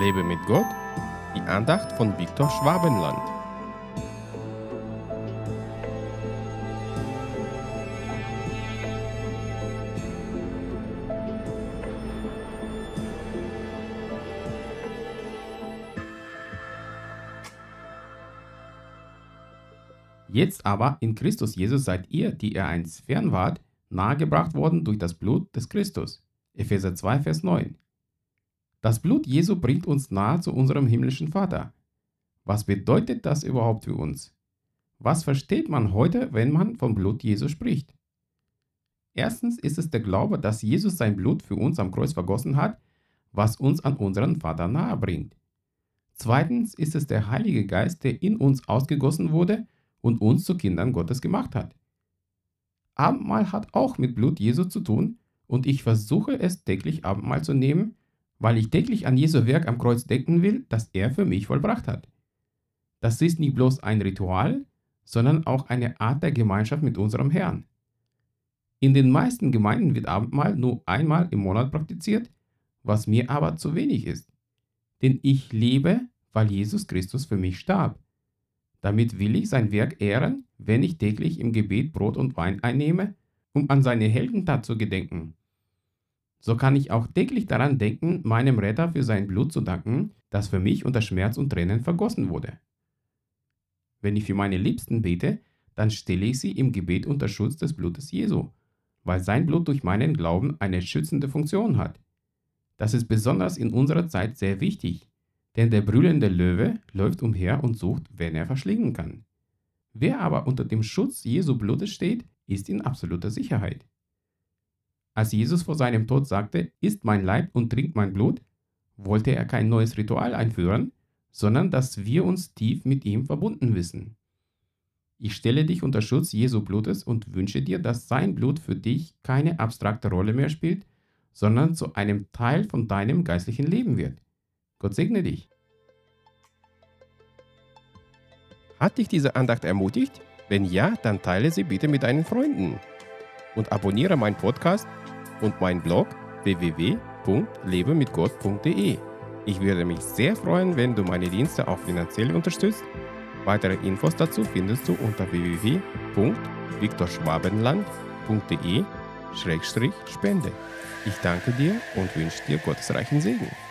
Lebe mit Gott, die Andacht von Viktor Schwabenland. Jetzt aber in Christus Jesus seid ihr, die ihr einst fern wart, nahegebracht worden durch das Blut des Christus. Epheser 2, Vers 9. Das Blut Jesu bringt uns nahe zu unserem himmlischen Vater. Was bedeutet das überhaupt für uns? Was versteht man heute, wenn man vom Blut Jesu spricht? Erstens ist es der Glaube, dass Jesus sein Blut für uns am Kreuz vergossen hat, was uns an unseren Vater nahe bringt. Zweitens ist es der Heilige Geist, der in uns ausgegossen wurde und uns zu Kindern Gottes gemacht hat. Abendmahl hat auch mit Blut Jesu zu tun und ich versuche es täglich Abendmahl zu nehmen, weil ich täglich an Jesu Werk am Kreuz denken will, das er für mich vollbracht hat. Das ist nicht bloß ein Ritual, sondern auch eine Art der Gemeinschaft mit unserem Herrn. In den meisten Gemeinden wird Abendmahl nur einmal im Monat praktiziert, was mir aber zu wenig ist. Denn ich lebe, weil Jesus Christus für mich starb. Damit will ich sein Werk ehren, wenn ich täglich im Gebet Brot und Wein einnehme, um an seine Heldentat zu gedenken. So kann ich auch täglich daran denken, meinem Retter für sein Blut zu danken, das für mich unter Schmerz und Tränen vergossen wurde. Wenn ich für meine Liebsten bete, dann stelle ich sie im Gebet unter Schutz des Blutes Jesu, weil sein Blut durch meinen Glauben eine schützende Funktion hat. Das ist besonders in unserer Zeit sehr wichtig, denn der brüllende Löwe läuft umher und sucht, wen er verschlingen kann. Wer aber unter dem Schutz Jesu Blutes steht, ist in absoluter Sicherheit. Als Jesus vor seinem Tod sagte, isst mein Leib und trinkt mein Blut, wollte er kein neues Ritual einführen, sondern dass wir uns tief mit ihm verbunden wissen. Ich stelle dich unter Schutz Jesu Blutes und wünsche dir, dass sein Blut für dich keine abstrakte Rolle mehr spielt, sondern zu einem Teil von deinem geistlichen Leben wird. Gott segne dich. Hat dich diese Andacht ermutigt? Wenn ja, dann teile sie bitte mit deinen Freunden. Und abonniere meinen Podcast und meinen Blog www.lebemitgott.de. Ich würde mich sehr freuen, wenn du meine Dienste auch finanziell unterstützt. Weitere Infos dazu findest du unter www.viktorschwabenland.de/Spende. Ich danke dir und wünsche dir gottesreichen Segen.